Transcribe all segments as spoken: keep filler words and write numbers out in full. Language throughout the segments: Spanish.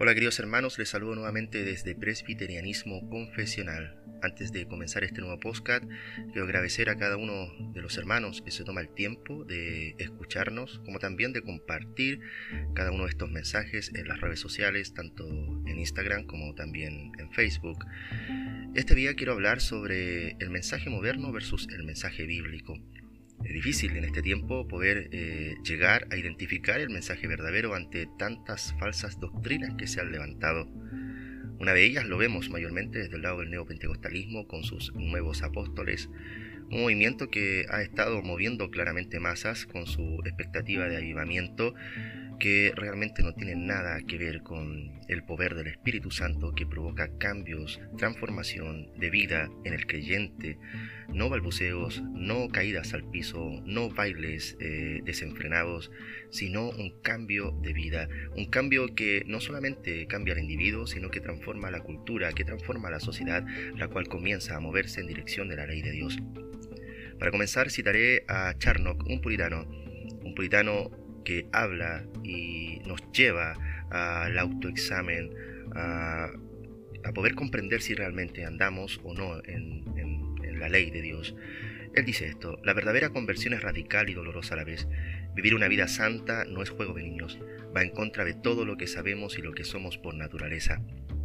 Hola queridos hermanos, les saludo nuevamente desde Presbiterianismo Confesional. Antes de comenzar este nuevo podcast, quiero agradecer a cada uno de los hermanos que se toma el tiempo de escucharnos, como también de compartir cada uno de estos mensajes en las redes sociales, tanto en Instagram como también en Facebook. Este día quiero hablar sobre el mensaje moderno versus el mensaje bíblico. Es difícil en este tiempo poder eh, llegar a identificar el mensaje verdadero ante tantas falsas doctrinas que se han levantado. Una de ellas lo vemos mayormente desde el lado del neopentecostalismo con sus nuevos apóstoles, un movimiento que ha estado moviendo claramente masas con su expectativa de avivamiento, que realmente no tiene nada que ver con el poder del Espíritu Santo que provoca cambios, transformación de vida en el creyente, no balbuceos, no caídas al piso, no bailes eh, desenfrenados, sino un cambio de vida, un cambio que no solamente cambia al individuo, sino que transforma la cultura, que transforma la sociedad, la cual comienza a moverse en dirección de la ley de Dios. Para comenzar citaré a Charnock, un puritano, un puritano que habla y nos lleva al autoexamen, a, a poder comprender si realmente andamos o no en, en, en la ley de Dios. Él dice esto: la verdadera conversión es radical y dolorosa a la vez. Vivir una vida santa no es juego de niños, va en contra de todo lo que sabemos y lo que somos por naturaleza.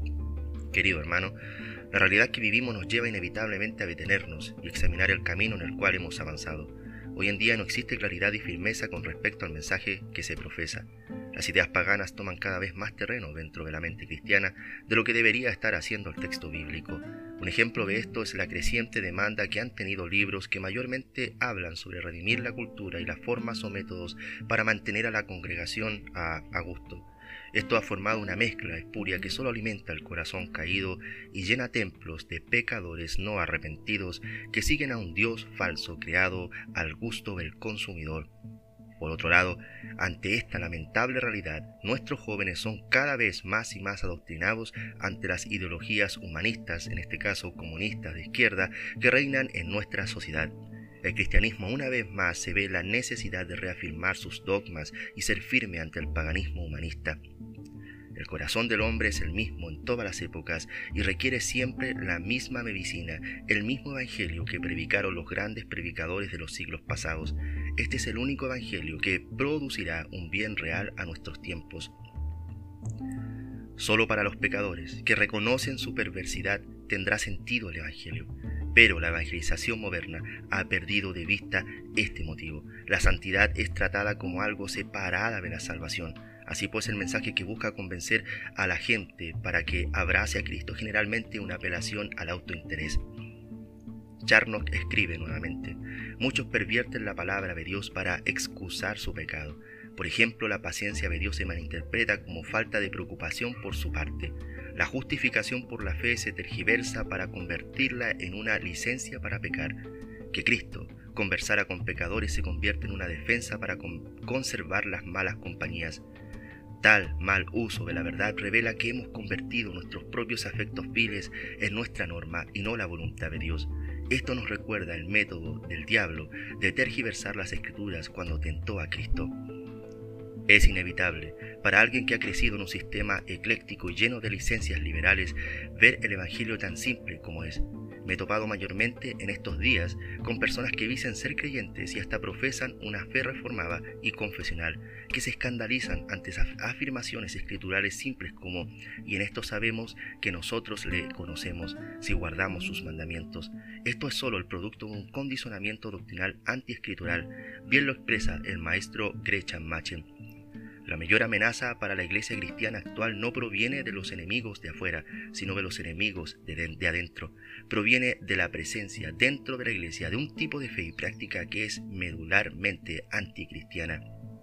Querido hermano, la realidad que vivimos nos lleva inevitablemente a detenernos y examinar el camino en el cual hemos avanzado. Hoy en día no existe claridad y firmeza con respecto al mensaje que se profesa. Las ideas paganas toman cada vez más terreno dentro de la mente cristiana de lo que debería estar haciendo el texto bíblico. Un ejemplo de esto es la creciente demanda que han tenido libros que mayormente hablan sobre redimir la cultura y las formas o métodos para mantener a la congregación a, a gusto. Esto ha formado una mezcla espuria que solo alimenta el corazón caído y llena templos de pecadores no arrepentidos que siguen a un Dios falso creado al gusto del consumidor. Por otro lado, ante esta lamentable realidad, nuestros jóvenes son cada vez más y más adoctrinados ante las ideologías humanistas, en este caso comunistas de izquierda, que reinan en nuestra sociedad. El cristianismo una vez más se ve la necesidad de reafirmar sus dogmas y ser firme ante el paganismo humanista. El corazón del hombre es el mismo en todas las épocas y requiere siempre la misma medicina, el mismo evangelio que predicaron los grandes predicadores de los siglos pasados. Este es el único evangelio que producirá un bien real a nuestros tiempos. Solo para los pecadores que reconocen su perversidad tendrá sentido el evangelio. Pero la evangelización moderna ha perdido de vista este motivo. La santidad es tratada como algo separada de la salvación. Así pues, el mensaje que busca convencer a la gente para que abrace a Cristo es generalmente una apelación al autointerés. Charnock escribe nuevamente: muchos pervierten la palabra de Dios para excusar su pecado. Por ejemplo, la paciencia de Dios se malinterpreta como falta de preocupación por su parte. La justificación por la fe se tergiversa para convertirla en una licencia para pecar. Que Cristo conversara con pecadores se convierte en una defensa para con- conservar las malas compañías. Tal mal uso de la verdad revela que hemos convertido nuestros propios afectos viles en nuestra norma y no la voluntad de Dios. Esto nos recuerda el método del diablo de tergiversar las escrituras cuando tentó a Cristo. Es inevitable, para alguien que ha crecido en un sistema ecléctico y lleno de licencias liberales, ver el evangelio tan simple como es. Me he topado mayormente en estos días con personas que dicen ser creyentes y hasta profesan una fe reformada y confesional, que se escandalizan ante esas afirmaciones escriturales simples como: y en esto sabemos que nosotros le conocemos si guardamos sus mandamientos. Esto es solo el producto de un condicionamiento doctrinal antiescritural. Bien lo expresa el maestro Gresham Machen. La mayor amenaza para la iglesia cristiana actual no proviene de los enemigos de afuera, sino de los enemigos de, de, de adentro. Proviene de la presencia dentro de la iglesia de un tipo de fe y práctica que es medularmente anticristiana.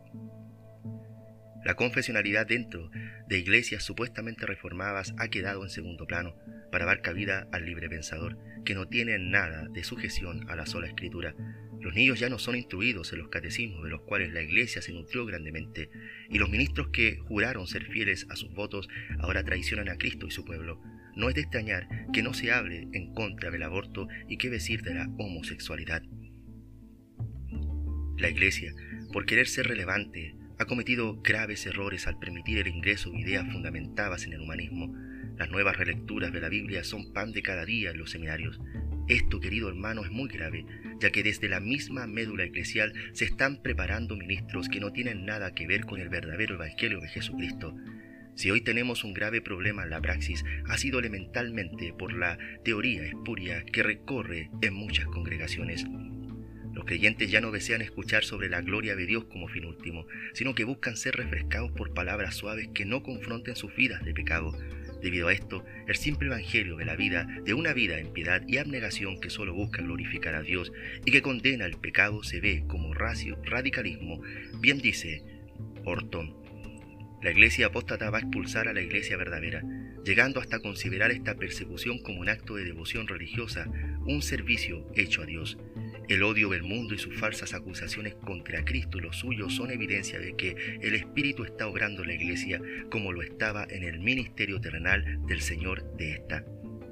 La confesionalidad dentro de iglesias supuestamente reformadas ha quedado en segundo plano para dar cabida al libre pensador, que no tiene nada de sujeción a la sola escritura. Los niños ya no son instruidos en los catecismos de los cuales la Iglesia se nutrió grandemente, y los ministros que juraron ser fieles a sus votos ahora traicionan a Cristo y su pueblo. No es de extrañar que no se hable en contra del aborto y qué decir de la homosexualidad. La Iglesia, por querer ser relevante, ha cometido graves errores al permitir el ingreso de ideas fundamentadas en el humanismo. Las nuevas relecturas de la Biblia son pan de cada día en los seminarios. Esto, querido hermano, es muy grave, ya que desde la misma médula eclesial se están preparando ministros que no tienen nada que ver con el verdadero Evangelio de Jesucristo. Si hoy tenemos un grave problema en la praxis, ha sido elementalmente por la teoría espuria que recorre en muchas congregaciones. Los creyentes ya no desean escuchar sobre la gloria de Dios como fin último, sino que buscan ser refrescados por palabras suaves que no confronten sus vidas de pecado. Debido a esto, el simple evangelio de la vida, de una vida en piedad y abnegación que solo busca glorificar a Dios y que condena el pecado, se ve como racio, radicalismo. Bien dice Orton: la iglesia apóstata va a expulsar a la iglesia verdadera, llegando hasta considerar esta persecución como un acto de devoción religiosa, un servicio hecho a Dios. El odio del mundo y sus falsas acusaciones contra Cristo y los suyos son evidencia de que el Espíritu está obrando en la iglesia como lo estaba en el ministerio terrenal del Señor de esta.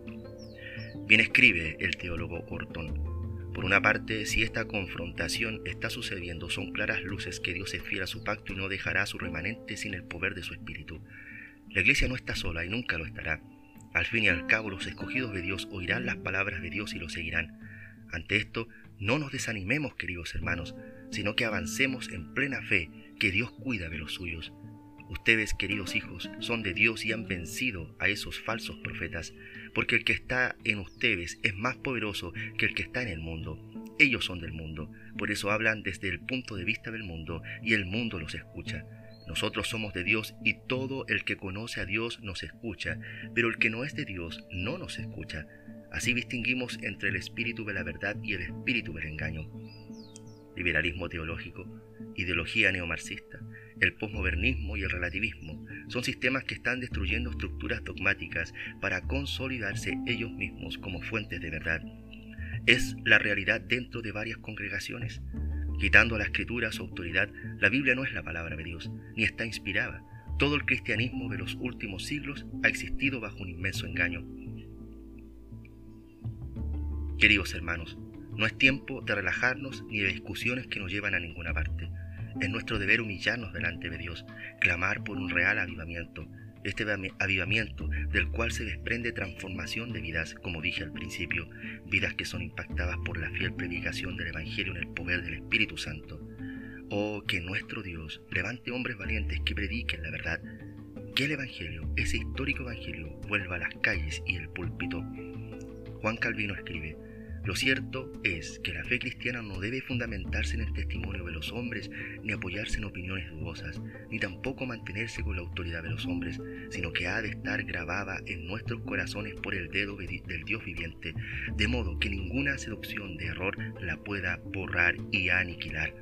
Bien escribe el teólogo Orton: por una parte, si esta confrontación está sucediendo, son claras luces que Dios es fiel a su pacto y no dejará a su remanente sin el poder de su Espíritu. La iglesia no está sola y nunca lo estará. Al fin y al cabo, los escogidos de Dios oirán las palabras de Dios y lo seguirán. Ante esto, no nos desanimemos, queridos hermanos, sino que avancemos en plena fe, que Dios cuida de los suyos. Ustedes, queridos hijos, son de Dios y han vencido a esos falsos profetas, porque el que está en ustedes es más poderoso que el que está en el mundo. Ellos son del mundo, por eso hablan desde el punto de vista del mundo, y el mundo los escucha. Nosotros somos de Dios, y todo el que conoce a Dios nos escucha, pero el que no es de Dios no nos escucha. Así distinguimos entre el espíritu de la verdad y el espíritu del engaño. Liberalismo teológico, ideología neomarxista, el posmodernismo y el relativismo son sistemas que están destruyendo estructuras dogmáticas para consolidarse ellos mismos como fuentes de verdad. Es la realidad dentro de varias congregaciones. Quitando a la escritura su autoridad, la Biblia no es la palabra de Dios, ni está inspirada. Todo el cristianismo de los últimos siglos ha existido bajo un inmenso engaño. Queridos hermanos, no es tiempo de relajarnos ni de discusiones que nos llevan a ninguna parte. Es nuestro deber humillarnos delante de Dios, clamar por un real avivamiento, este avivamiento del cual se desprende transformación de vidas, como dije al principio, vidas que son impactadas por la fiel predicación del Evangelio en el poder del Espíritu Santo. Oh, que nuestro Dios levante hombres valientes que prediquen la verdad, que el Evangelio, ese histórico Evangelio, vuelva a las calles y el púlpito. Juan Calvino escribe: lo cierto es que la fe cristiana no debe fundamentarse en el testimonio de los hombres, ni apoyarse en opiniones dudosas, ni tampoco mantenerse con la autoridad de los hombres, sino que ha de estar grabada en nuestros corazones por el dedo del Dios viviente, de modo que ninguna seducción de error la pueda borrar y aniquilar.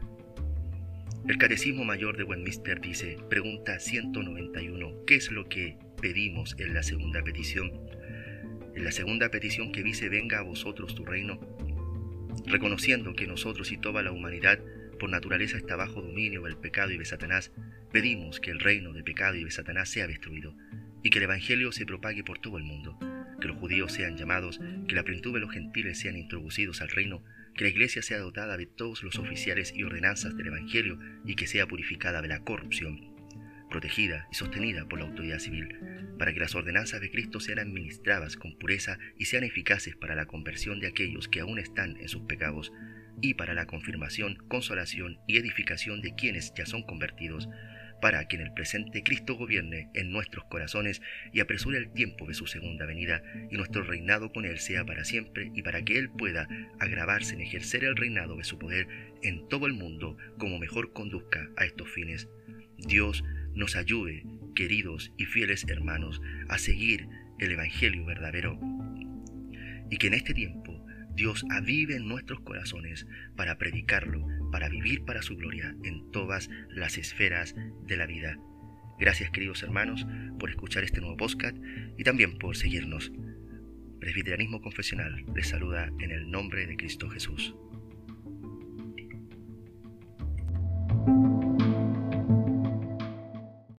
El Catecismo Mayor de Westminster dice, pregunta ciento noventa y uno, ¿qué es lo que pedimos en la segunda petición? En la segunda petición que dice, venga a vosotros tu reino, reconociendo que nosotros y toda la humanidad por naturaleza está bajo dominio del pecado y de Satanás, pedimos que el reino de pecado y de Satanás sea destruido, y que el Evangelio se propague por todo el mundo, que los judíos sean llamados, que la plenitud de los gentiles sean introducidos al reino, que la Iglesia sea dotada de todos los oficiales y ordenanzas del Evangelio y que sea purificada de la corrupción, protegida y sostenida por la autoridad civil, para que las ordenanzas de Cristo sean administradas con pureza y sean eficaces para la conversión de aquellos que aún están en sus pecados, y para la confirmación, consolación y edificación de quienes ya son convertidos, para que en el presente Cristo gobierne en nuestros corazones y apresure el tiempo de su segunda venida, y nuestro reinado con Él sea para siempre, y para que Él pueda agravarse en ejercer el reinado de su poder en todo el mundo como mejor conduzca a estos fines. Dios nos ayude, queridos y fieles hermanos, a seguir el Evangelio verdadero, y que en este tiempo Dios avive en nuestros corazones para predicarlo, para vivir para su gloria en todas las esferas de la vida. Gracias, queridos hermanos, por escuchar este nuevo podcast y también por seguirnos. Presbiterianismo Confesional les saluda en el nombre de Cristo Jesús.